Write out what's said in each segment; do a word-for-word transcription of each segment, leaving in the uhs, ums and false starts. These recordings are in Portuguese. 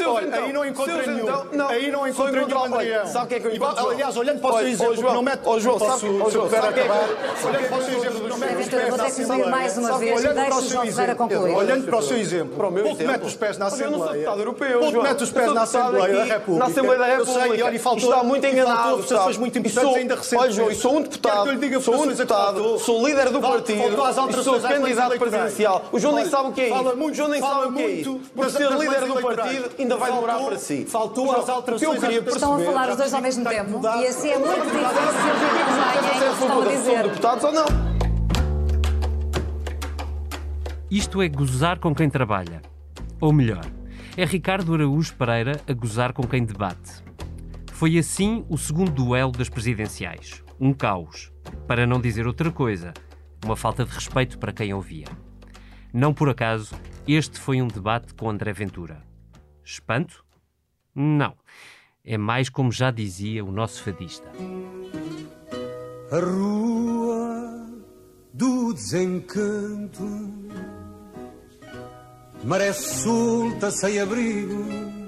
Olha, então, aí não encontrei nenhum. Então, não, aí não encontrei nenhum, Andrião. Sabe o que é que eu encontro? Aliás, olhando para o seu exemplo, que não mete... Ó, João, sabe se eu puder acabar... Olhando para o seu exemplo, não mete os pés na Assembleia. Mais uma vez, olhando para o seu exemplo, olhando para o seu exemplo, pouco mete os pés na Assembleia. Pouco mete os pés na Assembleia da República. Na Assembleia da República. Eu sei, e olha, e faltou... Está muito enganado, votações muito importantes ainda recentemente. Olha, João, e sou um deputado, sou um deputado, sou líder do partido e sou candidato presidencial. O João nem sabe o que é isso. O João nem sabe o que é isso. Por ser líder do partido, ainda vai demorar para si. Faltou as alterações. Estão a falar os dois ao mesmo tempo e assim é muito difícil que estão a dizer. Deputados ou não? Isto é gozar com quem trabalha. Ou melhor, é Ricardo Araújo Pereira a gozar com quem debate. Foi assim o segundo duelo das presidenciais. Um caos. Para não dizer outra coisa, uma falta de respeito para quem ouvia. Não por acaso, este foi um debate com André Ventura. Espanto? Não. É mais como já dizia o nosso fadista. A rua do desencanto, maré solta sem abrigo,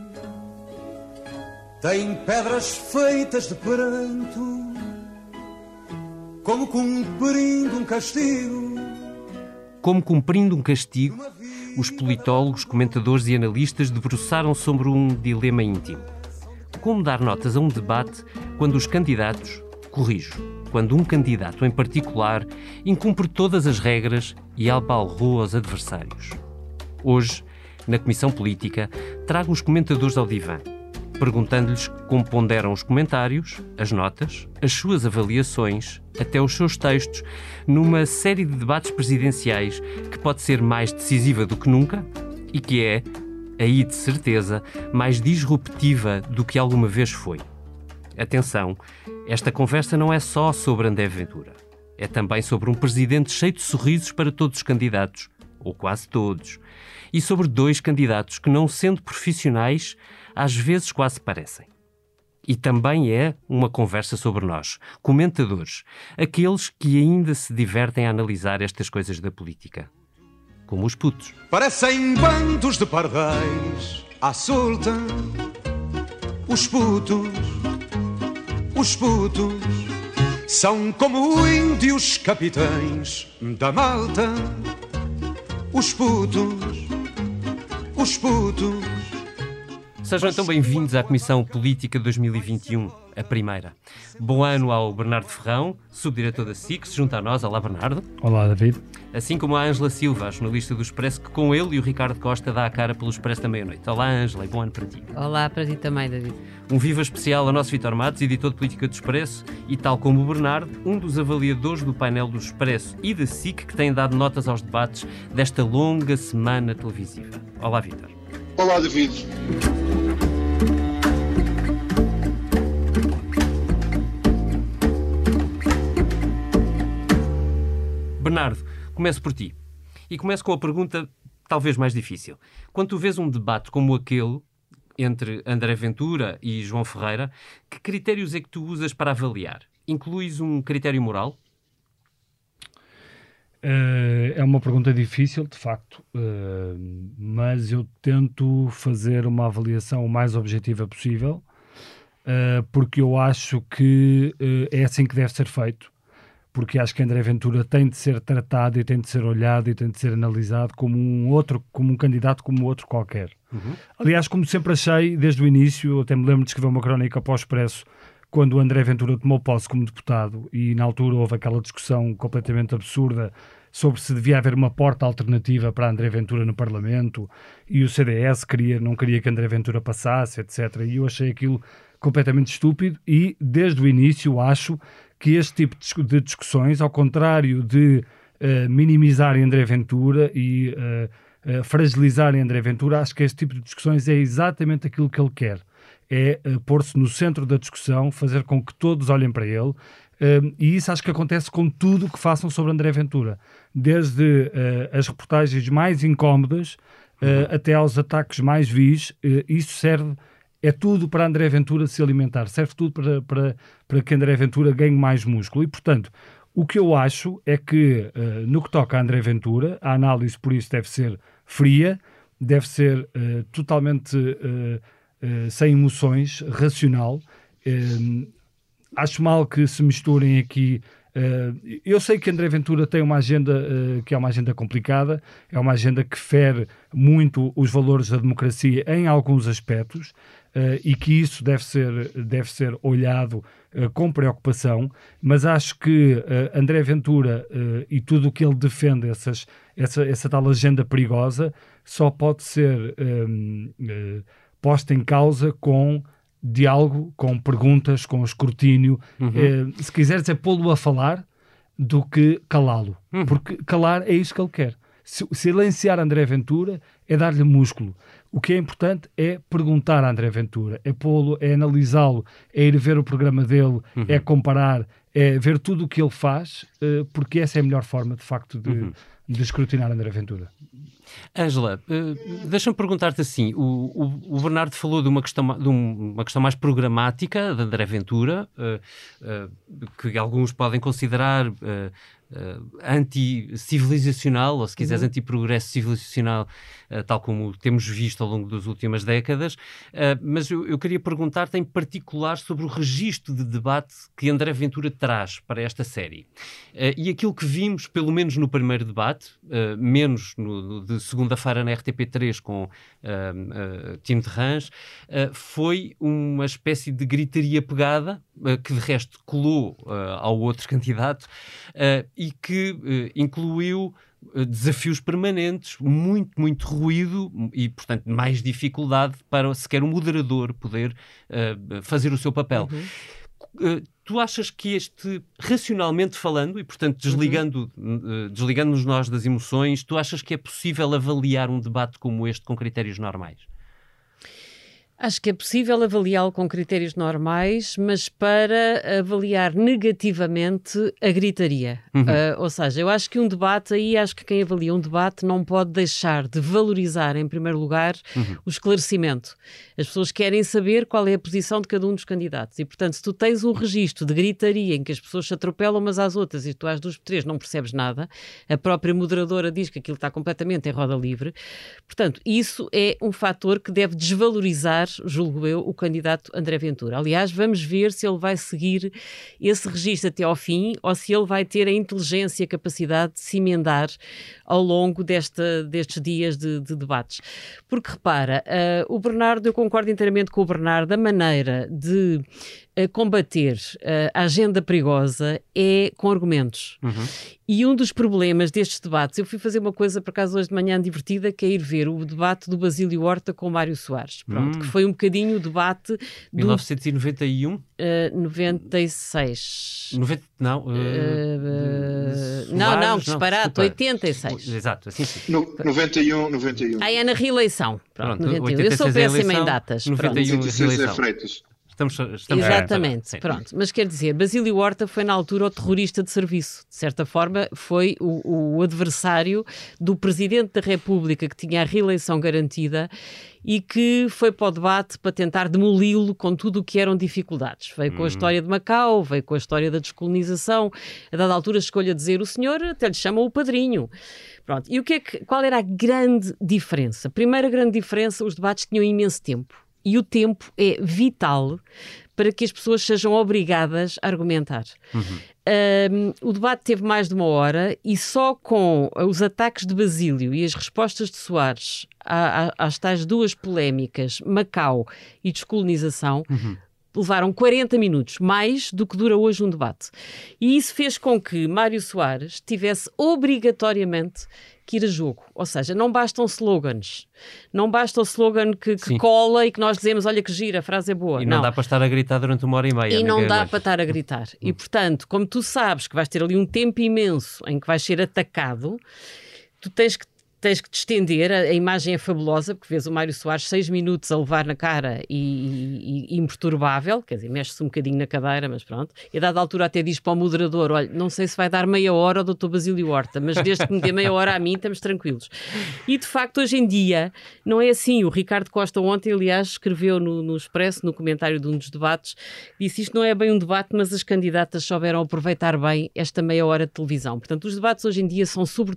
tem pedras feitas de pranto, como cumprindo um castigo. Como cumprindo um castigo, os politólogos, comentadores e analistas debruçaram sobre um dilema íntimo. Como dar notas a um debate quando os candidatos, corrijo, quando um candidato em particular incumpre todas as regras e abalroa os adversários? Hoje, na Comissão Política, trago os comentadores ao divã, perguntando-lhes como ponderam os comentários, as notas, as suas avaliações, até os seus textos, numa série de debates presidenciais que pode ser mais decisiva do que nunca e que é, aí de certeza, mais disruptiva do que alguma vez foi. Atenção, esta conversa não é só sobre André Ventura. É também sobre um presidente cheio de sorrisos para todos os candidatos, ou quase todos, e sobre dois candidatos que, não sendo profissionais, às vezes quase parecem. E também é uma conversa sobre nós, comentadores, aqueles que ainda se divertem a analisar estas coisas da política. Como os putos. Parecem bandos de pardais à solta, os putos, os putos, são como índios capitães da malta, os putos, os putos. Sejam então bem-vindos à Comissão Política dois mil e vinte e um, a primeira. Bom ano ao Bernardo Ferrão, subdiretor da S I C, que se junta a nós. Olá, Bernardo. Olá, David. Assim como a Ângela Silva, a jornalista do Expresso, que com ele e o Ricardo Costa dá a cara pelo Expresso da meia-noite. Olá, Ângela, e bom ano para ti. Olá para ti também, David. Um viva especial ao nosso Vítor Matos, editor de Política do Expresso, e tal como o Bernardo, um dos avaliadores do painel do Expresso e da S I C, que têm dado notas aos debates desta longa semana televisiva. Olá, Vítor. Olá, David. Bernardo, começo por ti. E começo com a pergunta talvez mais difícil. Quando tu vês um debate como aquele entre André Ventura e João Ferreira, que critérios é que tu usas para avaliar? Incluís um critério moral? Uh, é uma pergunta difícil, de facto, uh, mas eu tento fazer uma avaliação o mais objetiva possível, uh, porque eu acho que uh, é assim que deve ser feito. Porque acho que André Ventura tem de ser tratado e tem de ser olhado e tem de ser analisado como um outro, como um candidato como outro qualquer. Uhum. Aliás, como sempre achei, desde o início, eu até me lembro de escrever uma crónica para o Expresso, quando o André Ventura tomou posse como deputado, e na altura houve aquela discussão completamente absurda sobre se devia haver uma porta alternativa para André Ventura no Parlamento, e o C D S queria, não queria que André Ventura passasse, etcétera. E eu achei aquilo completamente estúpido e, desde o início, acho que este tipo de discussões, ao contrário de uh, minimizarem André Ventura e uh, uh, fragilizarem André Ventura, acho que este tipo de discussões é exatamente aquilo que ele quer. É uh, pôr-se no centro da discussão, fazer com que todos olhem para ele, uh, e isso acho que acontece com tudo o que façam sobre André Ventura. Desde uh, as reportagens mais incómodas uh, uhum. até aos ataques mais vis, uh, isso serve... É tudo para André Ventura se alimentar, serve tudo para, para, para que André Ventura ganhe mais músculo. E, portanto, o que eu acho é que, uh, no que toca a André Ventura, a análise por isso deve ser fria, deve ser uh, totalmente uh, uh, sem emoções, racional. Uh, acho mal que se misturem aqui. Uh, eu sei que André Ventura tem uma agenda uh, que é uma agenda complicada, é uma agenda que fere muito os valores da democracia em alguns aspectos, uh, e que isso deve ser, deve ser olhado uh, com preocupação, mas acho que uh, André Ventura uh, e tudo o que ele defende, essas, essa, essa tal agenda perigosa, só pode ser um, uh, posta em causa com diálogo, com perguntas, com escrutínio, uhum. eh, se quiseres é pô-lo a falar do que calá-lo, uhum. porque calar é isso que ele quer. Silenciar André Ventura é dar-lhe músculo. O que é importante é perguntar a André Ventura, é pô-lo, é analisá-lo, é ir ver o programa dele, uhum. é comparar, é ver tudo o que ele faz, eh, porque essa é a melhor forma, de facto, de, uhum. de escrutinar André Ventura. Ângela, uh, deixa-me perguntar-te assim, o, o, o Bernardo falou de uma questão, de um, uma questão mais programática de André Ventura, uh, uh, que alguns podem considerar uh, uh, anti-civilizacional, ou se quiseres uhum. anti-progresso civilizacional, uh, tal como temos visto ao longo das últimas décadas, uh, mas eu, eu queria perguntar-te em particular sobre o registro de debate que André Ventura traz para esta série. Uh, e aquilo que vimos, pelo menos no primeiro debate, uh, menos no, no de segunda-feira na R T P três com uh, uh, Tim de Rãs, uh, foi uma espécie de gritaria pegada, uh, que de resto colou uh, ao outro candidato, uh, e que uh, incluiu uh, desafios permanentes, muito, muito ruído e, portanto, mais dificuldade para sequer um moderador poder uh, fazer o seu papel. Uhum. Uh, tu achas que este, racionalmente falando, e portanto desligando, uhum. uh, desligando-nos nós das emoções, tu achas que é possível avaliar um debate como este com critérios normais? Acho que é possível avaliá-lo com critérios normais, mas para avaliar negativamente a gritaria. Uhum. Uh, ou seja, eu acho que um debate, aí acho que quem avalia um debate não pode deixar de valorizar, em primeiro lugar, uhum. o esclarecimento. As pessoas querem saber qual é a posição de cada um dos candidatos e, portanto, se tu tens um registro de gritaria em que as pessoas se atropelam umas às outras e tu às duas por três não percebes nada, a própria moderadora diz que aquilo está completamente em roda livre, portanto, isso é um fator que deve desvalorizar, julgo eu, o candidato André Ventura. Aliás, vamos ver se ele vai seguir esse registro até ao fim ou se ele vai ter a inteligência e a capacidade de se emendar ao longo desta, destes dias de, de debates. Porque, repara, uh, o Bernardo, eu concordo inteiramente com o Bernardo, a maneira de uh, combater uh, a agenda perigosa é com argumentos. Uhum. E um dos problemas destes debates, eu fui fazer uma coisa, por acaso, hoje de manhã divertida, que é ir ver o debate do Basílio Horta com o Mário Soares. Pronto, hum. que foi um bocadinho o debate do... mil novecentos e noventa e um? Uh, noventa e seis. noventa, não, uh, uh, uh, de... não, não, disparate, oitenta e seis. Exato, assim sim. No, noventa e um, noventa e um. Aí é na reeleição. Pronto, Pronto, noventa e um. Eu sou péssima em datas. noventa e um noventa e seis é Freitas. Estamos, estamos Exatamente, é, pronto. Mas quer dizer, Basílio Horta foi na altura o terrorista de serviço. De certa forma, foi o, o adversário do Presidente da República que tinha a reeleição garantida e que foi para o debate para tentar demoli-lo com tudo o que eram dificuldades. Veio com a história de Macau, veio com a história da descolonização. A dada altura escolha dizer o senhor até lhe chamam o padrinho. Pronto. E o que é que, qual era a grande diferença? Primeira grande diferença, os debates tinham imenso tempo. E o tempo é vital para que as pessoas sejam obrigadas a argumentar. Uhum. Um, o debate teve mais de uma hora e só com os ataques de Basílio e as respostas de Soares às tais duas polémicas, Macau e descolonização, uhum. levaram quarenta minutos, mais do que dura hoje um debate. E isso fez com que Mário Soares tivesse obrigatoriamente que ir a jogo. Ou seja, não bastam slogans. Não basta o slogan que, que cola e que nós dizemos, olha que gira, a frase é boa. E não, não dá para estar a gritar durante uma hora e meia. E não dá mais. para estar a gritar. E, portanto, como tu sabes que vais ter ali um tempo imenso em que vais ser atacado, tu tens que tens que te estender, a, a imagem é fabulosa, porque vês o Mário Soares seis minutos a levar na cara e, e, e imperturbável, quer dizer, mexe-se um bocadinho na cadeira, mas pronto, e a dada altura até diz para o moderador, olha, não sei se vai dar meia hora ao doutor Basílio Horta, mas desde que me dê meia hora a mim, estamos tranquilos. E de facto, hoje em dia, não é assim. O Ricardo Costa ontem, aliás, escreveu no, no Expresso, no comentário de um dos debates, disse isto não é bem um debate, mas as candidatas souberam aproveitar bem esta meia hora de televisão. Portanto, os debates hoje em dia são sobretudo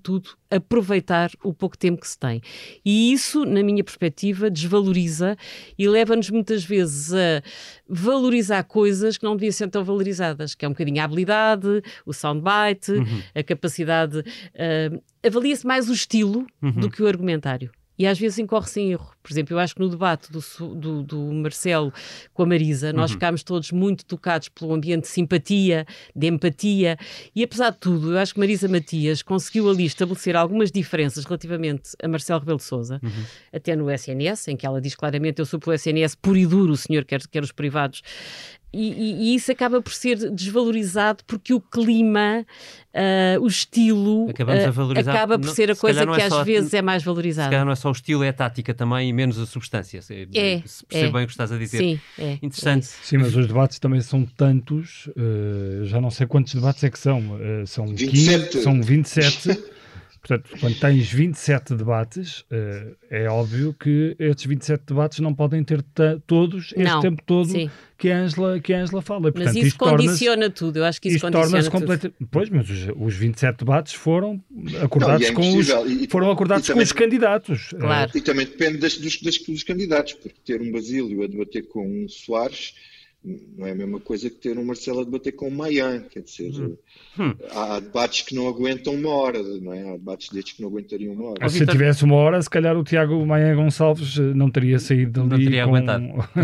aproveitar o pouco tempo que se tem. E isso, na minha perspectiva, desvaloriza e leva-nos muitas vezes a valorizar coisas que não deviam ser tão valorizadas, que é um bocadinho a habilidade, o soundbite, uhum. a capacidade... Uh, avalia-se mais o estilo uhum. do que o argumentário. E às vezes incorre-se em erro. Por exemplo, eu acho que no debate do, do, do Marcelo com a Marisa, nós uhum. ficámos todos muito tocados pelo ambiente de simpatia, de empatia, e apesar de tudo, eu acho que Marisa Matias conseguiu ali estabelecer algumas diferenças relativamente a Marcelo Rebelo de Sousa, uhum. até no S N S, em que ela diz claramente: eu sou pelo S N S puro e duro, o senhor quer, quer os privados. E, e, e isso acaba por ser desvalorizado porque o clima, uh, o estilo, uh, acaba por ser a coisa que é às vezes é mais valorizada. Se calhar não é só o estilo, é a tática também e menos a substância. Se, é, se percebe é. bem o que estás a dizer. Sim, é. Interessante. É Sim, mas os debates também são tantos, uh, já não sei quantos debates é que são. Uh, são vinte e sete. quinze, são vinte e sete. Portanto, quando tens vinte e sete debates, uh, é óbvio que estes vinte e sete debates não podem ter todos este não, tempo todo sim. que a Angela, que a Angela fala. E, portanto, mas isso condiciona tudo, eu acho que isso, isso condiciona tudo. Completa... Pois, mas os, os vinte e sete debates foram acordados, não, é com, os, e, foram acordados e com os candidatos. Claro. E também depende das, dos, das, dos candidatos, porque ter um Basílio a debater com um Soares não é a mesma coisa que ter um Marcelo a debater com um Maia, quer dizer, hum. há debates que não aguentam uma hora, não é? Há debates destes que não aguentariam uma hora. Ou se tivesse uma hora, se calhar o Tiago Maia Gonçalves não teria saído dali. Não teria com... aguentado.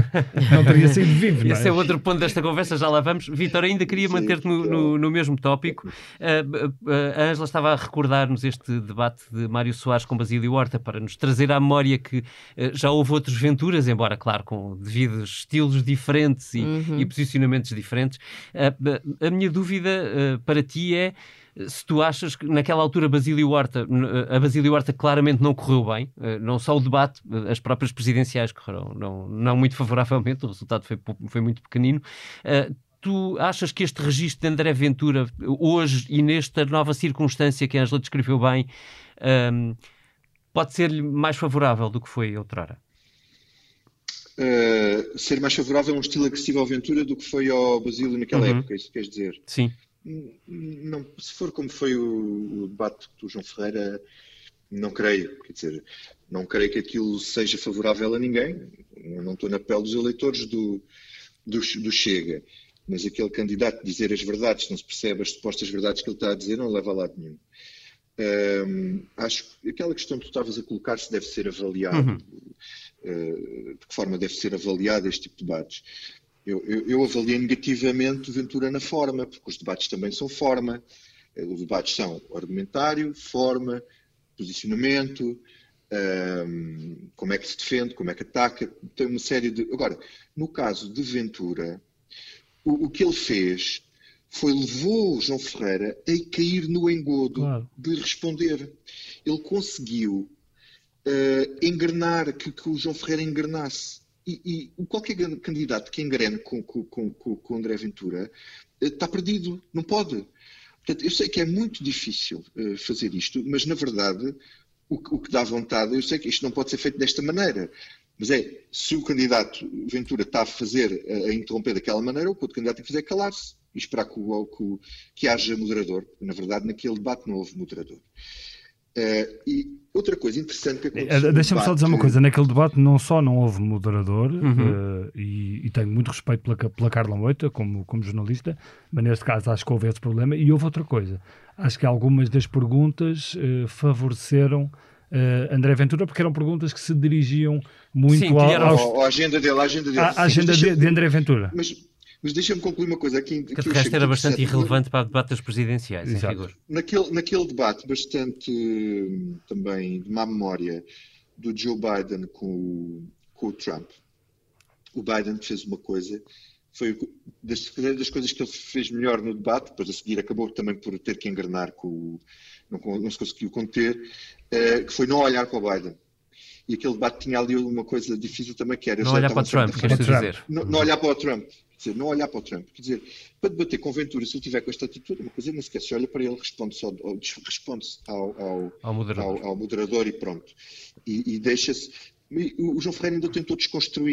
Não teria saído vivo, não é? Esse é outro ponto desta conversa, já lá vamos. Vítor, ainda queria manter-te no, no, no mesmo tópico. Uh, a Ângela estava a recordar-nos este debate de Mário Soares com Basílio Horta para nos trazer à memória que uh, já houve outros Venturas, embora, claro, com devidos estilos diferentes e, uhum. e posicionamentos diferentes. Uh, a minha dúvida uh, para ti é se tu achas que naquela altura Basílio Horta, a Basílio Horta claramente não correu bem, uh, não só o debate, as próprias presidenciais correram não, não muito favoravelmente, o resultado foi, foi muito pequenino. Uh, Tu achas que este registro de André Ventura, hoje e nesta nova circunstância que a Ângela descreveu bem, um, pode ser-lhe mais favorável do que foi outrora? Uh, ser mais favorável a um estilo agressivo ao Ventura do que foi ao Basílio naquela uhum. época, isso queres dizer? Sim. Não, se for como foi o, o debate do João Ferreira, não creio. Quer dizer, não creio que aquilo seja favorável a ninguém. Eu não estou na pele dos eleitores do, do, do Chega. Mas aquele candidato dizer as verdades, não se percebe as supostas verdades que ele está a dizer, não leva a lado nenhum. Um, acho que aquela questão que tu estavas a colocar se deve ser avaliado, uhum. uh, de que forma deve ser avaliado este tipo de debates. Eu, eu, eu avaliei negativamente o Ventura na forma, porque os debates também são forma. Os debates são argumentário, forma, posicionamento, um, como é que se defende, como é que ataca, tem uma série de... Agora, no caso de Ventura, o, o que ele fez foi levou o João Ferreira a cair no engodo claro. de responder. Ele conseguiu uh, engrenar, que, que o João Ferreira engrenasse. E, e qualquer candidato que engrene com, com, com, com André Ventura uh, está perdido, não pode. Portanto, eu sei que é muito difícil uh, fazer isto, mas na verdade o, o que dá vontade, eu sei que isto não pode ser feito desta maneira. Mas é, se o candidato Ventura está a fazer, a, a interromper daquela maneira, o que o outro candidato tem que fazer é calar-se e esperar que, o, que, que haja moderador. Na verdade, naquele debate não houve moderador. Uh, e outra coisa interessante que aconteceu... Deixa-me só dizer uma coisa. Naquele debate não só não houve moderador, uhum. uh, e, e tenho muito respeito pela, pela Carla Moita, como, como jornalista, mas neste caso acho que houve esse problema. E houve outra coisa. Acho que algumas das perguntas uh, favoreceram Uh, André Ventura, porque eram perguntas que se dirigiam muito Sim, ao, aos... a agenda dele, a agenda dele. A, a agenda de, de André Ventura. Mas, mas deixa-me concluir uma coisa aqui. Que de resto era bastante irrelevante para o debate das presidenciais, em rigor. Naquele, naquele debate bastante também de má memória do Joe Biden com, com o Trump, o Biden fez uma coisa, foi das, das coisas que ele fez melhor no debate, depois a seguir acabou também por ter que engrenar com o Não, não se conseguiu conter, uh, que foi não olhar para o Biden. E aquele debate tinha ali uma coisa difícil também, que era... Não olhar para o Trump, queres dizer? Não, não olhar para o Trump. Quer dizer, não olhar para o Trump. Quer dizer, para debater com Ventura, se ele tiver com esta atitude, uma coisa, não se esquece, olha para ele, responde só, responde ao, ao, ao, moderador. Ao, ao moderador e pronto. E, e deixa-se... O João Ferreira ainda tentou desconstruir.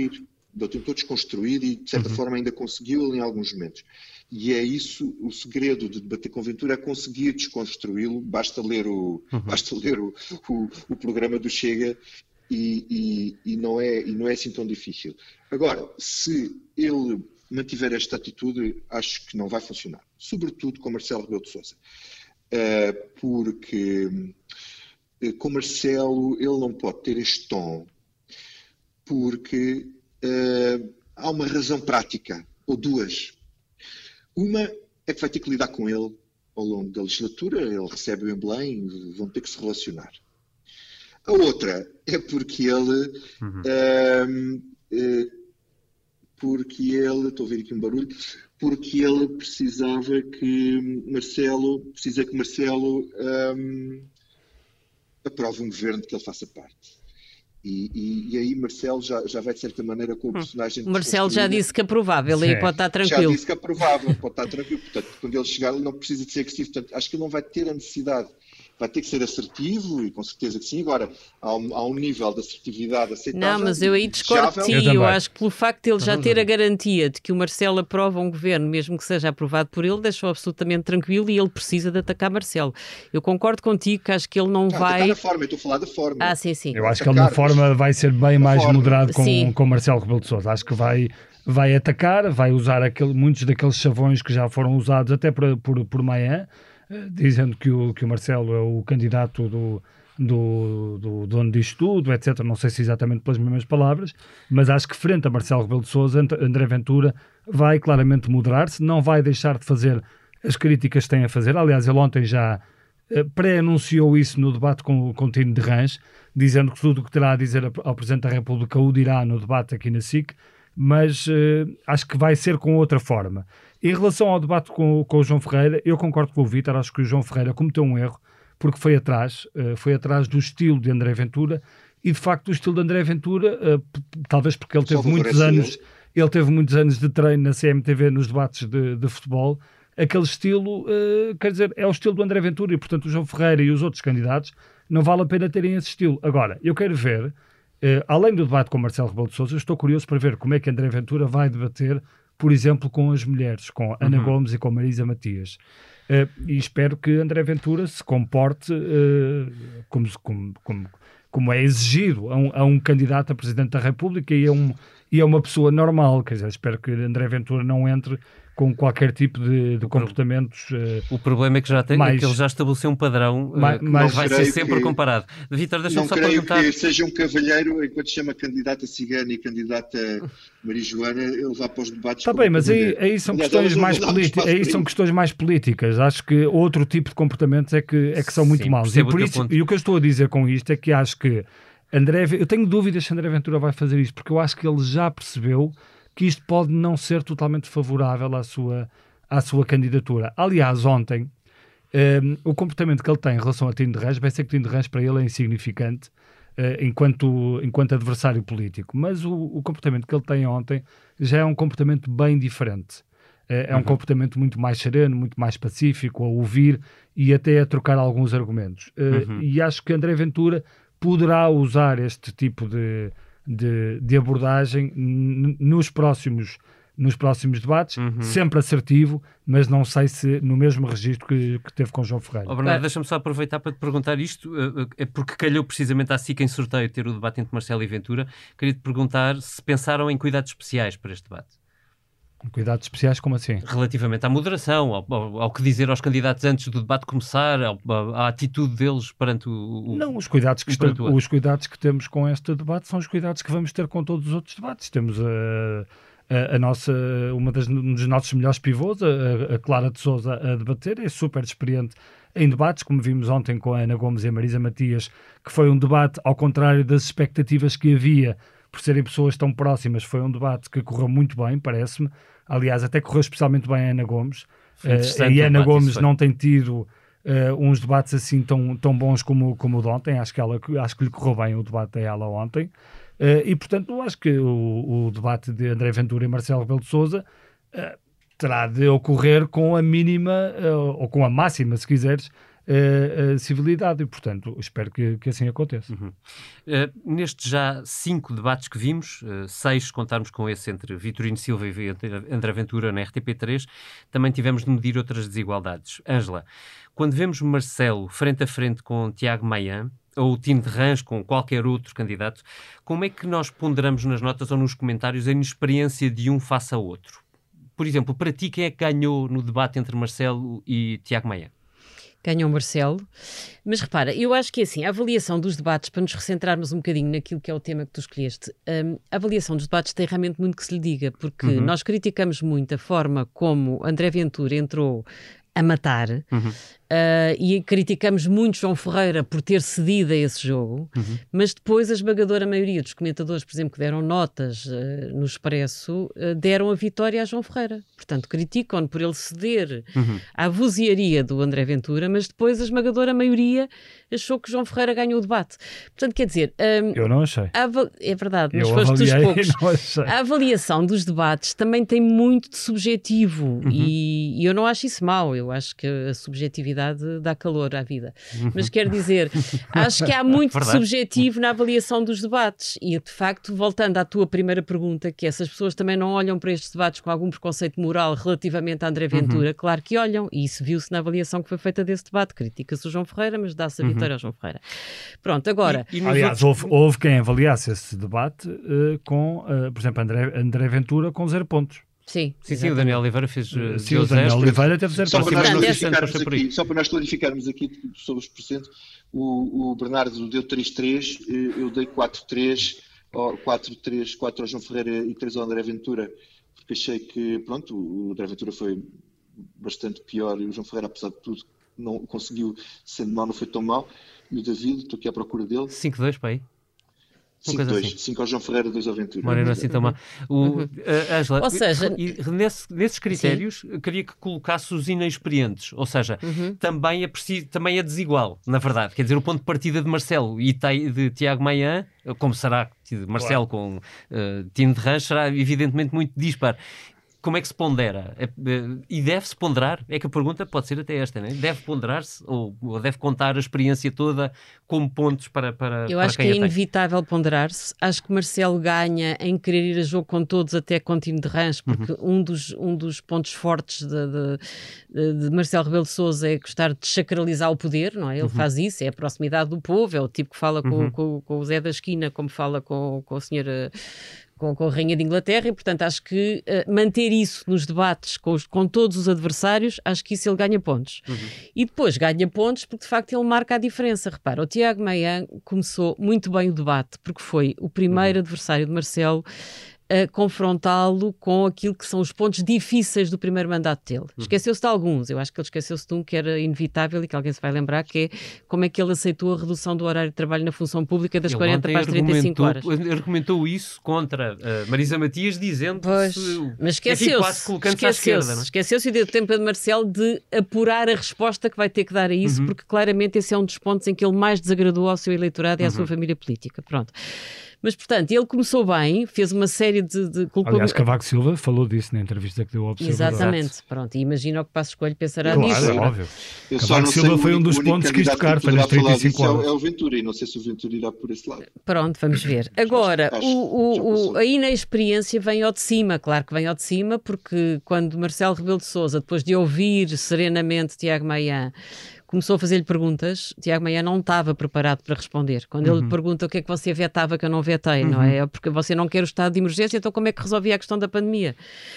Ele tentou desconstruir e, de certa uhum. forma, ainda conseguiu em alguns momentos. E é isso, o segredo de debater com Ventura, é conseguir desconstruí-lo. Basta ler o, uhum. basta ler o, o, o programa do Chega e, e, e, não é, e não é assim tão difícil. Agora, se ele mantiver esta atitude, acho que não vai funcionar. Sobretudo com Marcelo Rebelo de Sousa. Uh, porque uh, com Marcelo ele não pode ter este tom, porque uh, há uma razão prática, ou duas. Uma é que vai ter que lidar com ele ao longo da legislatura, ele recebe-o em Belém, vão ter que se relacionar. A outra é porque ele... Uhum. Uh, uh, porque ele... Estou a ouvir aqui um barulho... porque ele precisava que Marcelo, precisa que Marcelo um, aprove um governo de que ele faça parte. E, e, e aí Marcelo já, já vai de certa maneira com o personagem... Hum. Marcelo já disse que aprovava, ele aí pode estar tranquilo. Já disse que aprovava, pode estar tranquilo. Portanto, quando ele chegar, ele não precisa de ser agressivo. Portanto, acho que ele não vai ter a necessidade. Vai ter que ser assertivo, e com certeza que sim. Agora, há um, há um nível de assertividade aceitável. Não, mas eu aí discordo de ti. Eu, eu acho que pelo facto de ele já ter a garantia de que o Marcelo aprova um governo, mesmo que seja aprovado por ele, deixa-o absolutamente tranquilo e ele precisa de atacar Marcelo. Eu concordo contigo que acho que ele não, não vai... Atacar a forma, eu estou a falar da forma. Ah, sim, sim. Eu acho atacar, que ele na forma vai ser bem mais forma. moderado com, com Marcelo Rebelo de Sousa. Acho que vai... vai atacar, vai usar aquele, muitos daqueles chavões que já foram usados até por, por, por Maia, dizendo que o, que o Marcelo é o candidato do, do, do dono disto tudo, etcétera. Não sei se exatamente pelas mesmas palavras, mas acho que frente a Marcelo Rebelo de Sousa, André Ventura vai claramente moderar-se, não vai deixar de fazer as críticas que tem a fazer. Aliás, ele ontem já eh, pré-anunciou isso no debate com, com o Tino de Rãs, dizendo que tudo o que terá a dizer ao Presidente da República o dirá no debate aqui na S I C, mas eh, acho que vai ser com outra forma. Em relação ao debate com, com o João Ferreira, eu concordo com o Vítor, acho que o João Ferreira cometeu um erro, porque foi atrás, uh, foi atrás do estilo de André Ventura, e de facto o estilo de André Ventura, uh, talvez porque ele teve muitos anos, ele teve muitos anos de treino na C M T V nos debates de, de futebol, aquele estilo, uh, quer dizer, é o estilo do André Ventura, e portanto o João Ferreira e os outros candidatos não vale a pena terem esse estilo. Agora, eu quero ver, uh, além do debate com Marcelo Rebelo de Sousa, eu estou curioso para ver como é que André Ventura vai debater, por exemplo, com as mulheres, com Ana uhum. Gomes e com Marisa Matias. Uh, e espero que André Ventura se comporte uh, como, como, como, como é exigido a um, a um candidato a Presidente da República e a, um, e a uma pessoa normal. Quer dizer, espero que André Ventura não entre com qualquer tipo de, de comportamentos... Uh, o problema é que, já tem, mais, é que ele já estabeleceu um padrão uh, mais, que não vai ser sempre que, comparado. Vítor, deixa-me só perguntar... Não creio que seja um cavalheiro, enquanto se chama candidata cigana e candidata Marijoana, ele vá para os debates... Está bem, mas aí, aí, são Aliás, questões mais políticas, aí são questões mais políticas. Acho que outro tipo de comportamentos é que, é que são muito Sim, maus. E, por isso, e o que eu estou a dizer com isto é que acho que André... Eu tenho dúvidas se André Ventura vai fazer isto, porque eu acho que ele já percebeu que isto pode não ser totalmente favorável à sua, à sua candidatura. Aliás, ontem, um, o comportamento que ele tem em relação a Tino de Rãs, vai ser que Tino de Rãs para ele é insignificante uh, enquanto, enquanto adversário político, mas o, o comportamento que ele tem ontem já é um comportamento bem diferente. Uh, é um uhum. comportamento muito mais sereno, muito mais pacífico, a ouvir e até a trocar alguns argumentos. Uh, uhum. E acho que André Ventura poderá usar este tipo de... De, de abordagem n- nos próximos, nos próximos debates, uhum. sempre assertivo, mas não sei se no mesmo registro que, que teve com João Ferreira. Oh, Bernardo, é. deixa-me só aproveitar para te perguntar isto, é porque calhou precisamente assim que em sorteio ter o debate entre Marcelo e Ventura. Queria-te perguntar se pensaram em cuidados especiais para este debate. Cuidados especiais, como assim? Relativamente à moderação, ao, ao, ao que dizer aos candidatos antes do debate começar, ao, à atitude deles perante o... o não, os cuidados, que está, os cuidados que temos com este debate são os cuidados que vamos ter com todos os outros debates. Temos a, a, a nossa, uma das, um dos nossos melhores pivôs, a, a Clara de Sousa, a debater, é super experiente em debates, como vimos ontem com a Ana Gomes e a Marisa Matias, que foi um debate ao contrário das expectativas que havia por serem pessoas tão próximas. Foi um debate que correu muito bem, parece-me. Aliás, até correu especialmente bem a Ana Gomes. Uh, e a Ana Gomes não tem tido uh, uns debates assim tão, tão bons como, como o de ontem. Acho que, ela, acho que lhe correu bem o debate a ela ontem. Uh, e, portanto, eu acho que o, o debate de André Ventura e Marcelo Rebelo de Sousa uh, terá de ocorrer com a mínima, uh, ou com a máxima, se quiseres, uh, uh, civilidade e, portanto, espero que, que assim aconteça. Uhum. Uh, nestes já cinco debates que vimos, uh, seis se contarmos com esse entre Vitorino Silva e André Ventura na R T P três, também tivemos de medir outras desigualdades. Ângela, quando vemos Marcelo frente a frente com Tiago Maia, ou o Tino de Rãs com qualquer outro candidato, como é que nós ponderamos nas notas ou nos comentários a inexperiência de um face ao outro? Por exemplo, para ti, quem é que ganhou no debate entre Marcelo e Tiago Maia? Ganhou Marcelo, mas repara, eu acho que assim, a avaliação dos debates, para nos recentrarmos um bocadinho naquilo que é o tema que tu escolheste, um, a avaliação dos debates tem realmente muito que se lhe diga, porque uhum. nós criticamos muito a forma como André Ventura entrou a matar, uhum. uh, e criticamos muito João Ferreira por ter cedido a esse jogo, uhum. mas depois a esmagadora maioria dos comentadores, por exemplo, que deram notas uh, no Expresso, uh, deram a vitória a João Ferreira. Portanto, criticam-no por ele ceder uhum. à vozearia do André Ventura, mas depois a esmagadora maioria achou que João Ferreira ganhou o debate. Portanto, quer dizer... Um, eu não achei. Ava- é verdade, mas eu foste dos poucos. Não achei. A avaliação dos debates também tem muito de subjetivo uhum. e, e eu não acho isso mau. Eu acho que a subjetividade dá calor à vida. Uhum. Mas quero dizer, acho que há muito de subjetivo na avaliação dos debates. E, de facto, voltando à tua primeira pergunta, que essas pessoas também não olham para estes debates com algum preconceito moral relativamente a André Ventura, uhum. claro que olham. E isso viu-se na avaliação que foi feita desse debate. Critica-se o João Ferreira, mas dá-se a vitória uhum. ao João Ferreira. Pronto, agora... E, e aliás, outros... houve, houve quem avaliasse esse debate uh, com, uh, por exemplo, André, André Ventura com zero pontos. Sim, sim, sim, o Daniel Oliveira fez uh, sim, o Daniel Oliveira teve zero só, pontos. para nós clarificarmos aqui, só para nós clarificarmos aqui sobre os porcentos, o, o Bernardo deu três três, eu dei quatro três, quatro três, quatro ao João Ferreira e três ao André Ventura, porque achei que, pronto, o André Ventura foi bastante pior e o João Ferreira, apesar de tudo, não conseguiu, sendo mau, não foi tão mau. E o David, estou aqui à procura dele. cinco dois, para aí. cinco dois, cinco ao João Ferreira, dois ao Ventura. Moreno assim tão má. Uhum. Ângela, ou seja, nesse, nesses critérios, sim. queria que colocasse os inexperientes, ou seja, uhum. também, é preciso, também é desigual, na verdade. Quer dizer, o ponto de partida de Marcelo e de Tiago Maia, como será de Marcelo claro. com uh, Tino de Rãs, será evidentemente muito dispar. Como é que se pondera? E deve-se ponderar? É que a pergunta pode ser até esta, não é? Deve ponderar-se ou, ou deve contar a experiência toda como pontos para, para Eu para acho quem que é a tem? Inevitável ponderar-se. Acho que Marcelo ganha em querer ir a jogo com todos, até com o Tino de Rãs, porque uhum. um, dos, um dos pontos fortes de, de, de Marcelo Rebelo de Sousa é gostar de desacralizar o poder, não é? Ele uhum. faz isso, é a proximidade do povo, é o tipo que fala com, uhum. com, com o Zé da Esquina, como fala com, com a senhora... Com, com a Rainha de Inglaterra e, portanto, acho que uh, manter isso nos debates com, os, com todos os adversários, acho que isso ele ganha pontos. Uhum. E depois ganha pontos porque, de facto, ele marca a diferença. Repara, o Tiago Maia começou muito bem o debate porque foi o primeiro uhum. adversário de Marcelo a confrontá-lo com aquilo que são os pontos difíceis do primeiro mandato dele. Uhum. Esqueceu-se de alguns. Eu acho que ele esqueceu-se de um que era inevitável e que alguém se vai lembrar, que é como é que ele aceitou a redução do horário de trabalho na função pública das ele quarenta para as trinta e cinco horas. Ele argumentou isso contra uh, Marisa Matias, dizendo pois, se, mas esqueceu-se, esqueceu-se, esquerda, esqueceu-se e deu tempo a Marcelo de apurar a resposta que vai ter que dar a isso, uhum. porque claramente esse é um dos pontos em que ele mais desagradou ao seu eleitorado e à uhum. sua família política. Pronto. Mas, portanto, ele começou bem, fez uma série de... de colocou... Aliás, Cavaco Silva falou disso na entrevista que deu ao Observador. Exatamente. Pronto, e imagina o que Passos Coelho pensará claro, nisso. É óbvio. Cavaco Silva foi um dos pontos que quis tocar, foi nas trinta e cinco horas. É o Ventura, e não sei se o Ventura irá por esse lado. Pronto, vamos ver. Agora, acho, o, o, a inexperiência vem ao de cima, claro que vem ao de cima, porque quando Marcelo Rebelo de Sousa, depois de ouvir serenamente Tiago Maia, começou a fazer-lhe perguntas, Tiago Maia não estava preparado para responder. Quando uhum. ele pergunta o que é que você vetava que eu não vetei, uhum. não é? Porque você não quer o estado de emergência, então como é que resolvia a questão da pandemia?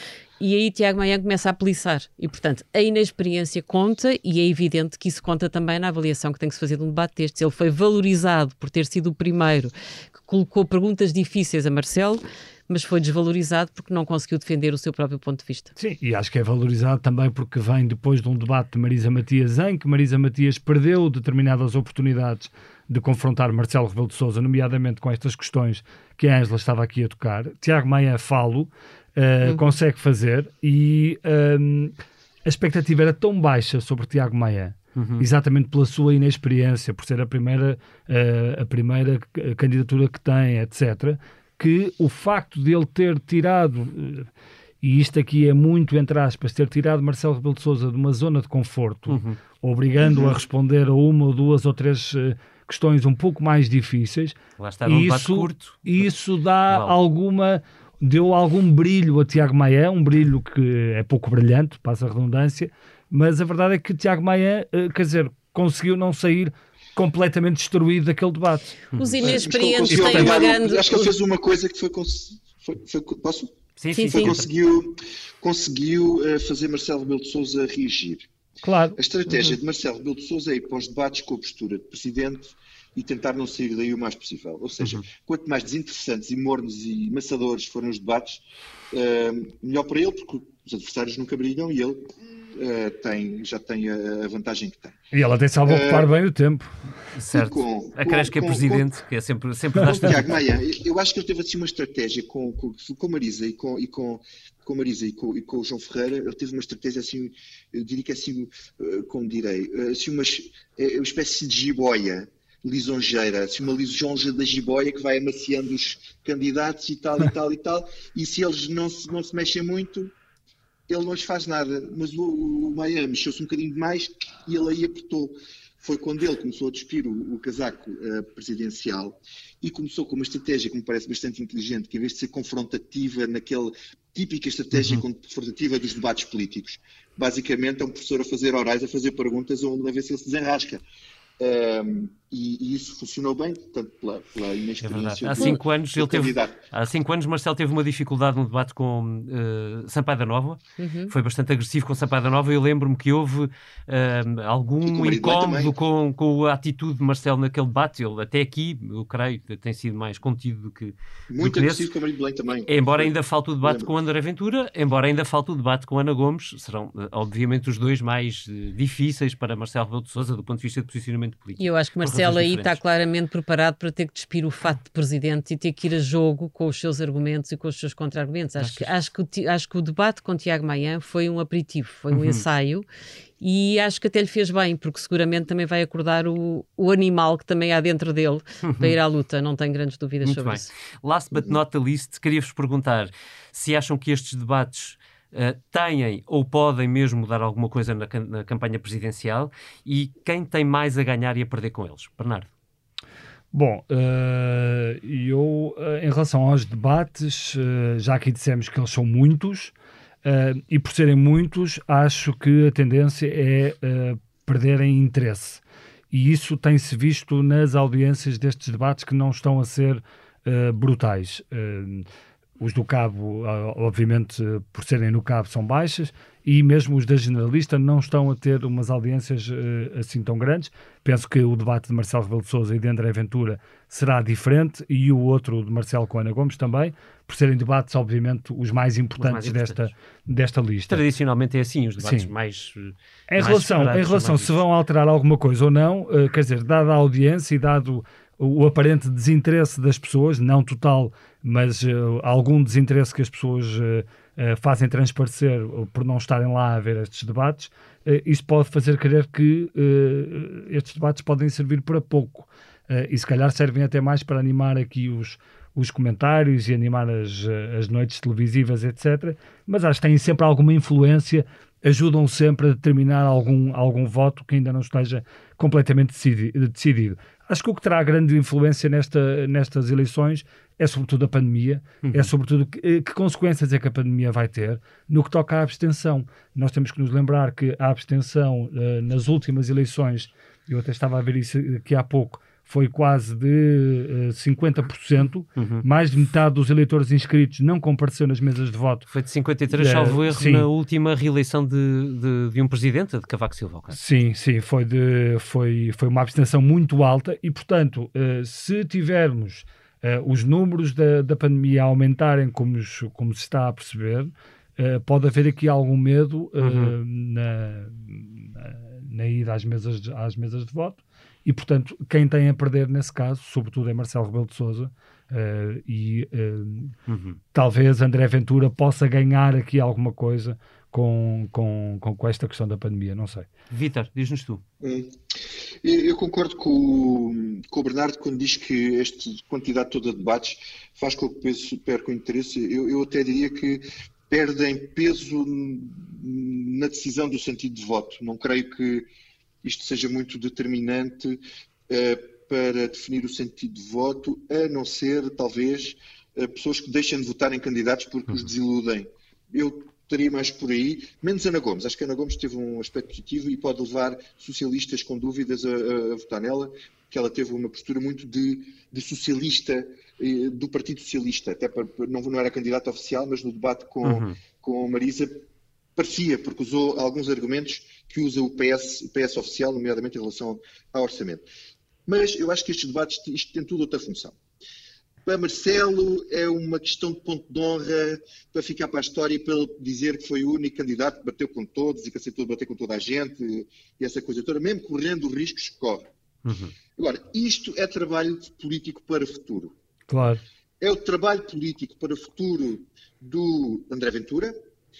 E aí Tiago Maia começa a apeliçar. E, portanto, a inexperiência conta e é evidente que isso conta também na avaliação que tem que se fazer de um debate destes. Ele foi valorizado por ter sido o primeiro que colocou perguntas difíceis a Marcelo, mas foi desvalorizado porque não conseguiu defender o seu próprio ponto de vista. Sim, e acho que é valorizado também porque vem depois de um debate de Marisa Matias em que Marisa Matias perdeu determinadas oportunidades de confrontar Marcelo Rebelo de Sousa, nomeadamente com estas questões que a Ângela estava aqui a tocar. Tiago Maia falo, uh, uhum. consegue fazer e um, a expectativa era tão baixa sobre Tiago Maia, uhum. exatamente pela sua inexperiência, por ser a primeira, uh, a primeira candidatura que tem, etcétera, que o facto de ele ter tirado, e isto aqui é muito, entre aspas, ter tirado Marcelo Rebelo de Sousa de uma zona de conforto, uhum. obrigando-o uhum. a responder a uma ou duas ou três uh, questões um pouco mais difíceis. Lá está num debate curto. Isso dá Val. alguma... deu algum brilho a Tiago Maia, um brilho que é pouco brilhante, passa a redundância, mas a verdade é que Tiago Maia, uh, quer dizer, conseguiu não sair completamente destruído daquele debate. Os inexperientes têm uma grande... Acho que ele fez uma coisa que foi... foi, foi posso? Sim, sim, foi, sim. Conseguiu, conseguiu uh, fazer Marcelo Rebelo de Sousa reagir. Claro. A estratégia uhum. de Marcelo Rebelo de Sousa é ir para os debates com a postura de presidente e tentar não sair daí o mais possível. Ou seja, uhum. quanto mais desinteressantes e mornos e maçadores forem os debates, uh, melhor para ele, porque os adversários nunca brilham e ele uh, tem, já tem a vantagem que tem. E ela até sabe ocupar uh, bem o tempo. Certo. Com, Acresce que é presidente, com, que é sempre, sempre dá Tiago Maia, eu acho que ele teve assim uma estratégia com, com, com Marisa e com... E com com Marisa e com, e com o João Ferreira, ele teve uma estratégia assim, eu diria que é assim, como direi, assim uma, uma espécie de jiboia lisonjeira, assim uma lisonja da jiboia que vai amaciando os candidatos e tal e tal e tal, e se eles não se, não se mexem muito, ele não lhes faz nada, mas o, o Maia mexeu-se um bocadinho demais e ele aí apertou. Foi quando ele começou a despir o, o casaco uh, presidencial e começou com uma estratégia que me parece bastante inteligente, que em vez de ser confrontativa, naquela típica estratégia uhum. confrontativa dos debates políticos, basicamente é um professor a fazer orais, a fazer perguntas onde a ver se ele se desenrasca. Um, e, e isso funcionou bem, tanto pela, pela inexperiência. É há cinco anos ele teve, há cinco anos Marcelo teve uma dificuldade no debate com uh, Sampaio da Nova, uhum. foi bastante agressivo com Sampaio da Nova. Eu lembro-me que houve uh, algum incómodo com, com a atitude de Marcelo naquele debate. Ele até aqui, eu creio, tem sido mais contido do que muito do que agressivo com o Marido Belém também. Embora ainda falte o debate com André Ventura, embora ainda falte o debate com Ana Gomes, serão uh, obviamente os dois mais uh, difíceis para Marcelo Rebelo de Sousa do ponto de vista de posicionamento político. E eu acho que Marcelo aí está claramente preparado para ter que despir o fato de presidente e ter que ir a jogo com os seus argumentos e com os seus contra-argumentos. Acho que, acho, que, acho que o debate com Tiago Maia foi um aperitivo, foi um uhum. ensaio, e acho que até lhe fez bem, porque seguramente também vai acordar o, o animal que também há dentro dele uhum. para ir à luta, não tenho grandes dúvidas Muito sobre bem. isso. Last but not the least, queria-vos perguntar se acham que estes debates Uh, têm ou podem mesmo dar alguma coisa na, na campanha presidencial, e quem tem mais a ganhar e a perder com eles? Bernardo. Bom, uh, eu, uh, em relação aos debates, uh, já aqui dissemos que eles são muitos, uh, e por serem muitos, acho que a tendência é uh, perderem interesse. E isso tem-se visto nas audiências destes debates, que não estão a ser uh, brutais. Uh, Os do Cabo, obviamente, por serem no Cabo, são baixas, e mesmo os da Generalista não estão a ter umas audiências uh, assim tão grandes. Penso que o debate de Marcelo Rebelo de Sousa e de André Ventura será diferente, e o outro de Marcelo com Ana Gomes também, por serem debates, obviamente, os mais importantes, os mais importantes. Desta, desta lista. Tradicionalmente é assim, os debates Sim. mais uh, Em mais relação, em relação se vão alterar alguma coisa ou não, uh, quer dizer, dada a audiência e dado o aparente desinteresse das pessoas, não total, mas uh, algum desinteresse que as pessoas uh, uh, fazem transparecer uh, por não estarem lá a ver estes debates, uh, isso pode fazer crer que uh, estes debates podem servir para pouco. Uh, e se calhar servem até mais para animar aqui os, os comentários e animar as, as noites televisivas, etcétera. Mas acho que têm sempre alguma influência, ajudam sempre a determinar algum, algum voto que ainda não esteja completamente decidido. Acho que o que terá grande influência nesta, nestas eleições é sobretudo a pandemia, uhum. é sobretudo que, que consequências é que a pandemia vai ter no que toca à abstenção. Nós temos que nos lembrar que a abstenção uh, nas últimas eleições, eu até estava a ver isso aqui há pouco, foi quase de uh, cinquenta por cento, uhum. mais de metade dos eleitores inscritos não compareceu nas mesas de voto. Foi de cinquenta e três, salvo erro, sim. na última reeleição de, de, de um presidente, de Cavaco Silva. Okay? Sim, sim, foi, de, foi, foi uma abstenção muito alta e, portanto, uh, se tivermos uh, os números da, da pandemia a aumentarem como, como se está a perceber, uh, pode haver aqui algum medo uh, uhum. na, na, na ida às mesas, de, às mesas de voto. E, portanto, quem tem a perder nesse caso, sobretudo, é Marcelo Rebelo de Sousa, uh, e uh, uhum. talvez André Ventura possa ganhar aqui alguma coisa com, com, com, com esta questão da pandemia, não sei. Vítor, diz-nos tu. Hum. Eu concordo com o, com o Bernardo quando diz que esta quantidade toda de debates faz com que o peso perca o interesse. Eu, eu até diria que perdem peso na decisão do sentido de voto. Não creio que isto seja muito determinante uh, para definir o sentido de voto, a não ser, talvez, uh, pessoas que deixem de votar em candidatos porque os desiludem. Eu estaria mais por aí, menos Ana Gomes. Acho que Ana Gomes teve um aspecto positivo e pode levar socialistas com dúvidas a, a, a votar nela, que ela teve uma postura muito de, de socialista, eh, do Partido Socialista, até para, não, não era candidata oficial, mas no debate com, uhum. com Marisa parecia, porque usou alguns argumentos que usa o P S, o P S oficial, nomeadamente em relação ao orçamento. Mas eu acho que estes debates, isto tem tudo outra função. Para Marcelo é uma questão de ponto de honra, para ficar para a história e para ele dizer que foi o único candidato que bateu com todos e que aceitou bater com toda a gente e essa coisa toda, mesmo correndo os riscos que corre. Uhum. Agora, isto é trabalho político para o futuro. Claro. É o trabalho político para o futuro do André Ventura,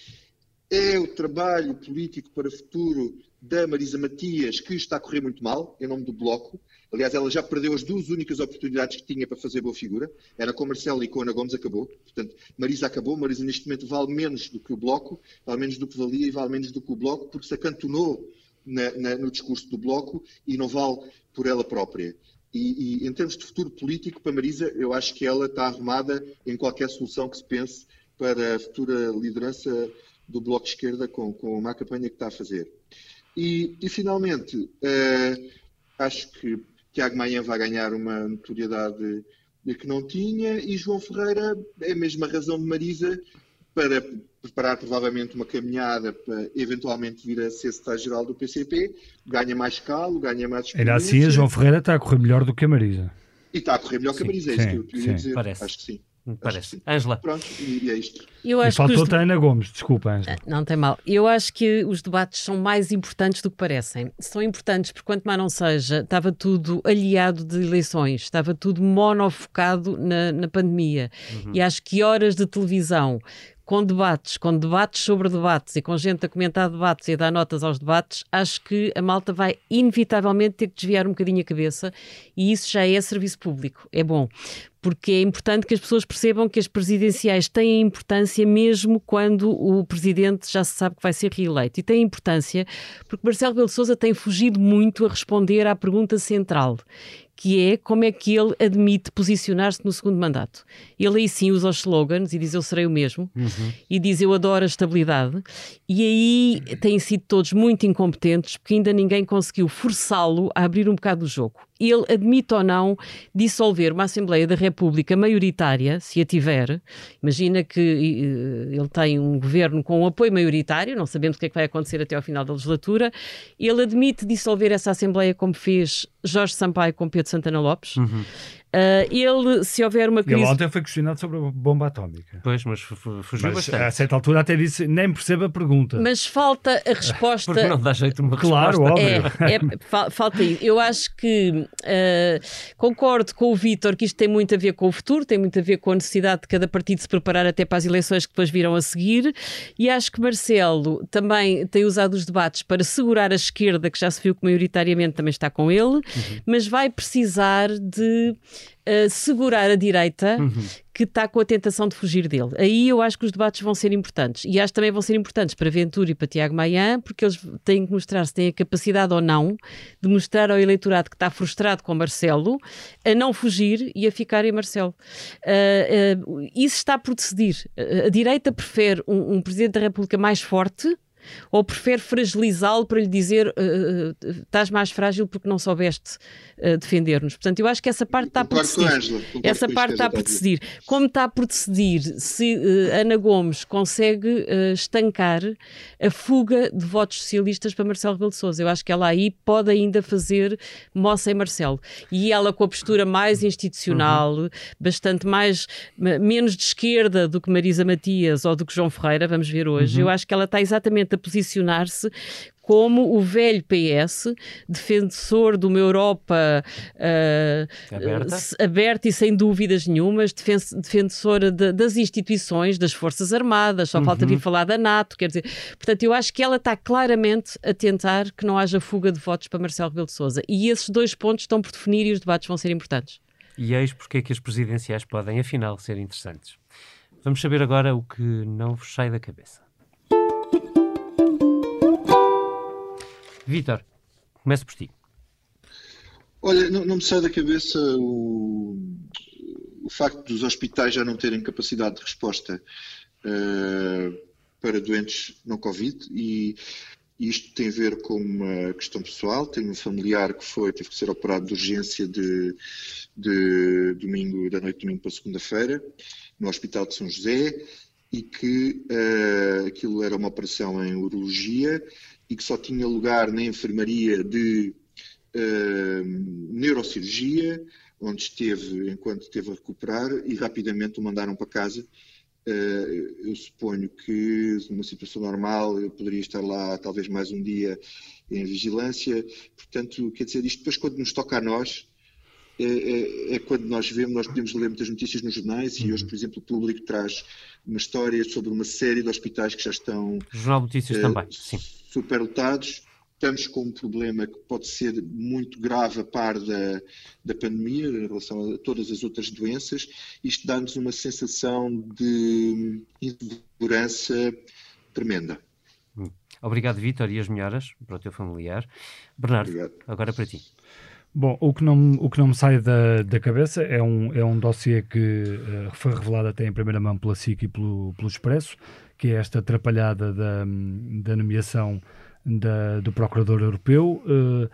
é o trabalho político para o futuro da Marisa Matias, que está a correr muito mal, em nome do Bloco. Aliás, ela já perdeu as duas únicas oportunidades que tinha para fazer boa figura. Era com Marcelo e com Ana Gomes, acabou. Portanto, Marisa acabou. Marisa, neste momento, vale menos do que o Bloco, vale menos do que valia e vale menos do que o Bloco, porque se acantonou na, na, no discurso do Bloco e não vale por ela própria. E, e, em termos de futuro político, para Marisa, eu acho que ela está arrumada em qualquer solução que se pense para a futura liderança do Bloco de Esquerda com, com a má campanha que está a fazer. E, e finalmente, uh, acho que Tiago Maia vai ganhar uma notoriedade que não tinha e João Ferreira é a mesma razão de Marisa para preparar provavelmente uma caminhada para eventualmente vir a ser secretário-geral do P C P, ganha mais calo, ganha mais experiência. Ainda assim, a João Ferreira está a correr melhor do que a Marisa. E está a correr melhor sim, que a Marisa, é isso que eu queria dizer. Parece. Acho que sim. Parece. Ângela. Pronto, e é isto. Eu acho e faltou-te que os... a Ana Gomes, desculpa, Ângela. Não tem mal. Eu acho que os debates são mais importantes do que parecem. São importantes porque, quanto mais não seja, estava tudo aliado de eleições, estava tudo monofocado na, na pandemia. Uhum. E acho que horas de televisão com debates, com debates sobre debates e com gente a comentar debates e a dar notas aos debates, acho que a malta vai inevitavelmente ter que desviar um bocadinho a cabeça e isso já é serviço público. É bom. Porque é importante que as pessoas percebam que as presidenciais têm importância mesmo quando o presidente já se sabe que vai ser reeleito. E tem importância porque Marcelo Rebelo de Sousa tem fugido muito a responder à pergunta central, que é como é que ele admite posicionar-se no segundo mandato. Ele aí sim usa os slogans e diz eu serei o mesmo, uhum. e diz eu adoro a estabilidade, e aí têm sido todos muito incompetentes porque ainda ninguém conseguiu forçá-lo a abrir um bocado o jogo. Ele admite ou não dissolver uma Assembleia da República maioritária, se a tiver. Imagina que uh, ele tem um governo com um apoio maioritário, não sabemos o que é que vai acontecer até ao final da legislatura. Ele admite dissolver essa Assembleia como fez Jorge Sampaio com Pedro Santana Lopes. Uhum. Uh, ele, se houver uma crise... Ele ontem foi questionado sobre a bomba atómica. Pois, mas fugiu mas, bastante. A certa altura até disse, nem percebo a pergunta. Mas falta a resposta... Porque não dá jeito de uma claro, resposta. Óbvio. É, é, fa falta isso. Eu acho que uh, concordo com o Vítor que isto tem muito a ver com o futuro, tem muito a ver com a necessidade de cada partido se preparar até para as eleições que depois virão a seguir, e acho que Marcelo também tem usado os debates para segurar a esquerda, que já se viu que maioritariamente também está com ele, uhum. mas vai precisar de... Uh, segurar a direita uhum. que está com a tentação de fugir dele. Aí eu acho que os debates vão ser importantes. E acho que também vão ser importantes para Ventura e para Tiago Maia, porque eles têm que mostrar se têm a capacidade ou não de mostrar ao eleitorado que está frustrado com Marcelo a não fugir e a ficar em Marcelo. Uh, uh, isso está por decidir. Uh, a direita prefere um, um Presidente da República mais forte ou prefere fragilizá-lo para lhe dizer uh, uh, estás mais frágil porque não soubeste uh, defender-nos. Portanto, eu acho que essa parte está por decidir. Essa parte está por decidir. Como está por decidir se uh, Ana Gomes consegue uh, estancar a fuga de votos socialistas para Marcelo Rebelo de Sousa. Eu acho que ela aí pode ainda fazer moça em Marcelo. E ela com a postura mais institucional, uhum. bastante mais, menos de esquerda do que Marisa Matias ou do que João Ferreira, vamos ver hoje. Uhum. Eu acho que ela está exatamente a posicionar-se como o velho P S, defensor de uma Europa uh, aberta. Uh, aberta e sem dúvidas nenhumas, defen defensora de, das instituições, das Forças Armadas, só uhum. falta vir falar da NATO, quer dizer, portanto eu acho que ela está claramente a tentar que não haja fuga de votos para Marcelo Rebelo de Sousa, e esses dois pontos estão por definir e os debates vão ser importantes. E eis porque é que as presidenciais podem afinal ser interessantes. Vamos saber agora o que não vos sai da cabeça. Vítor, começo por ti. Olha, não, não me sai da cabeça o, o facto dos hospitais já não terem capacidade de resposta uh, para doentes não Covid, e isto tem a ver com uma questão pessoal. Tenho um familiar que foi, teve que ser operado de urgência de, de domingo, da noite de domingo para segunda-feira, no Hospital de São José, e que uh, aquilo era uma operação em urologia e que só tinha lugar na enfermaria de uh, neurocirurgia, onde esteve enquanto esteve a recuperar, e rapidamente o mandaram para casa. Uh, eu suponho que numa situação normal eu poderia estar lá talvez mais um dia em vigilância. Portanto, quer dizer, isto depois quando nos toca a nós, é, é, é quando nós vemos, nós podemos ler muitas notícias nos jornais, e hoje, por exemplo, o Público traz uma história sobre uma série de hospitais que já estão Jornal de Notícias uh, também, sim, superlotados. Estamos com um problema que pode ser muito grave a par da, da pandemia em relação a todas as outras doenças. Isto dá-nos uma sensação de insegurança tremenda. Obrigado, Vítor, e as melhoras para o teu familiar. Bernardo, Obrigado. Agora para ti. Bom, o que não, o que não me sai da, da cabeça é um, é um dossiê que uh, foi revelado até em primeira mão pela S I C e pelo, pelo Expresso, que é esta atrapalhada da, da nomeação Da, do Procurador Europeu. Uh,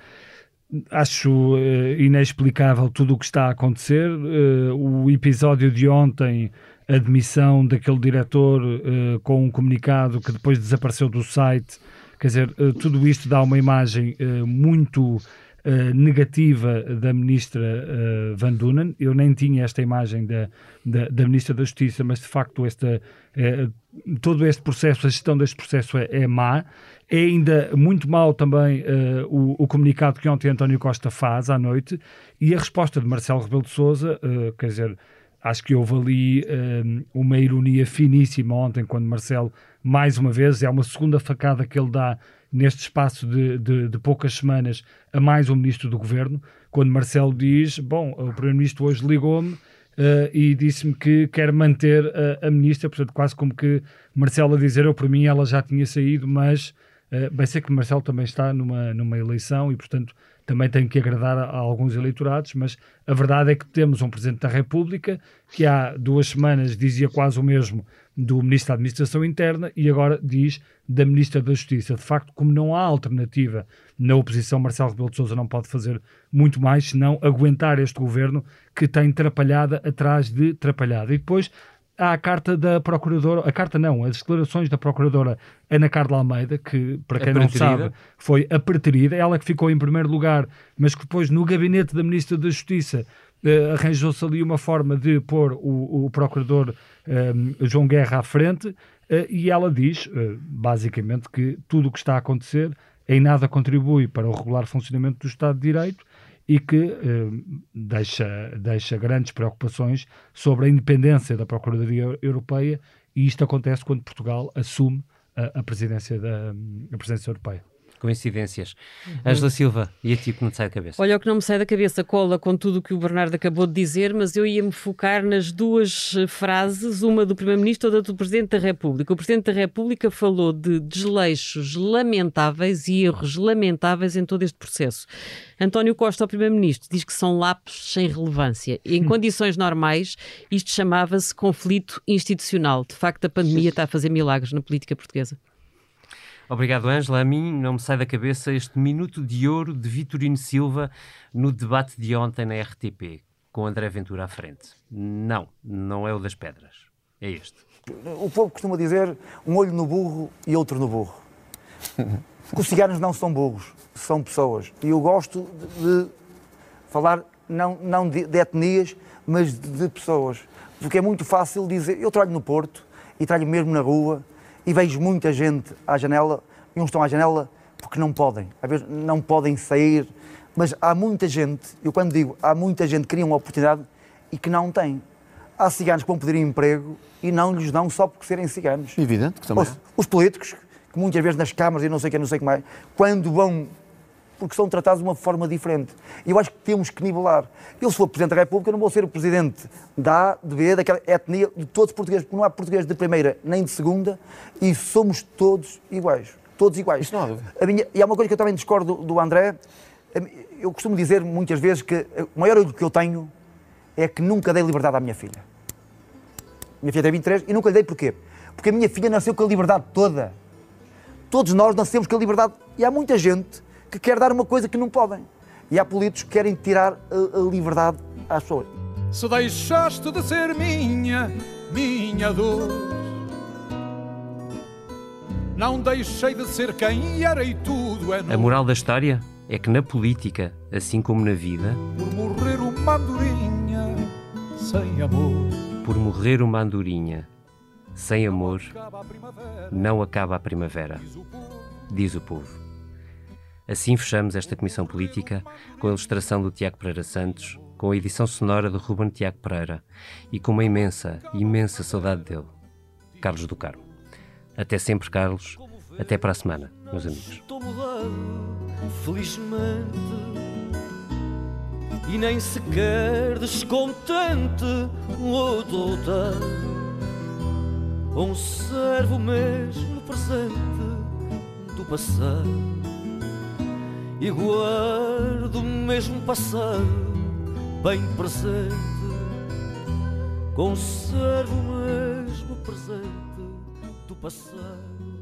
acho uh, inexplicável tudo o que está a acontecer. Uh, o episódio de ontem, a demissão daquele diretor uh, com um comunicado que depois desapareceu do site, quer dizer, uh, tudo isto dá uma imagem uh, muito uh, negativa da Ministra uh, Van Dunen. Eu nem tinha esta imagem da, da, da Ministra da Justiça, mas de facto esta, uh, todo este processo, a gestão deste processo é, é má. É ainda muito mau também uh, o, o comunicado que ontem António Costa faz à noite, e a resposta de Marcelo Rebelo de Sousa, uh, quer dizer, acho que houve ali uh, uma ironia finíssima ontem, quando Marcelo, mais uma vez, é uma segunda facada que ele dá neste espaço de, de, de poucas semanas a mais um ministro do Governo, quando Marcelo diz, bom, o Primeiro-Ministro hoje ligou-me Uh, e disse-me que quer manter uh, a ministra, portanto quase como que Marcelo a dizer, eu por mim ela já tinha saído, mas uh, bem sei que Marcelo também está numa, numa eleição e portanto também tem que agradar a, a alguns eleitorados, mas a verdade é que temos um Presidente da República que há duas semanas dizia quase o mesmo do Ministro da Administração Interna e agora diz da Ministra da Justiça. De facto, como não há alternativa na oposição, Marcelo Rebelo de Sousa não pode fazer muito mais senão aguentar este governo que tem trapalhada atrás de trapalhada. E depois há a carta da Procuradora, a carta não, as declarações da Procuradora Ana Carla Almeida, que, para quem não sabe, foi a preterida, ela que ficou em primeiro lugar, mas que depois no gabinete da Ministra da Justiça Uh, arranjou-se ali uma forma de pôr o, o procurador um, João Guerra à frente, uh, e ela diz, uh, basicamente, que tudo o que está a acontecer em nada contribui para o regular funcionamento do Estado de Direito e que uh, deixa, deixa grandes preocupações sobre a independência da Procuradoria Europeia, e isto acontece quando Portugal assume a, a, presidência da, a presidência europeia. Coincidências. Ângela uhum. Silva, e a ti que não te sai da cabeça? Olha, o que não me sai da cabeça cola com tudo o que o Bernardo acabou de dizer, mas eu ia-me focar nas duas frases, uma do Primeiro-Ministro e outra do Presidente da República. O Presidente da República falou de desleixos lamentáveis e erros lamentáveis em todo este processo. António Costa, o Primeiro-Ministro, diz que são lapsos sem relevância. Em condições normais, isto chamava-se conflito institucional. De facto, a pandemia está a fazer milagres na política portuguesa. Obrigado, Ângela. A mim não me sai da cabeça este minuto de ouro de Vitorino Silva no debate de ontem na R T P, com André Ventura à frente. Não, não é o das pedras. É este. O povo costuma dizer um olho no burro e outro no burro. Porque os ciganos não são burros, são pessoas. E eu gosto de falar não, não de, de etnias, mas de, de pessoas. Porque é muito fácil dizer... Eu trabalho no Porto e trabalho mesmo na rua, e vejo muita gente à janela, e uns estão à janela porque não podem, às vezes não podem sair, mas há muita gente, eu quando digo há muita gente que cria uma oportunidade e que não tem. Há ciganos que vão pedir emprego e não lhes dão só por serem ciganos. Evidente que também. Os, os políticos, que muitas vezes nas câmaras e não sei o que, não sei o que mais, quando vão porque são tratados de uma forma diferente. E eu acho que temos que nivelar. Eu, se for Presidente da República, não vou ser o Presidente da A, de B, daquela etnia, de todos os portugueses, porque não há português de primeira nem de segunda, e somos todos iguais. Todos iguais. Isso não há dúvida. A minha, e há uma coisa que eu também discordo do, do André. Eu costumo dizer muitas vezes que o maior orgulho que eu tenho é que nunca dei liberdade à minha filha. Minha filha tem vinte e três e nunca lhe dei porquê? Porque a minha filha nasceu com a liberdade toda. Todos nós nascemos com a liberdade. E há muita gente que quer dar uma coisa que não podem. E há políticos que querem tirar a, a liberdade às pessoas. Se deixaste de ser minha, minha dor, não deixei de ser quem era e tudo é novo. A moral da história é que na política, assim como na vida, por morrer uma andorinha sem amor, por morrer uma andorinha sem amor, não acaba a primavera, diz o povo. Assim fechamos esta Comissão Política com a ilustração do Tiago Pereira Santos, com a edição sonora do Ruben Tiago Pereira e com uma imensa, imensa saudade dele, Carlos do Carmo. Até sempre, Carlos. Até para a semana, meus amigos. Estou mudado, felizmente, e nem sequer descontente o doutor. Conservo o mesmo presente do passado e guardo o mesmo passado bem presente. Conservo o mesmo presente do passado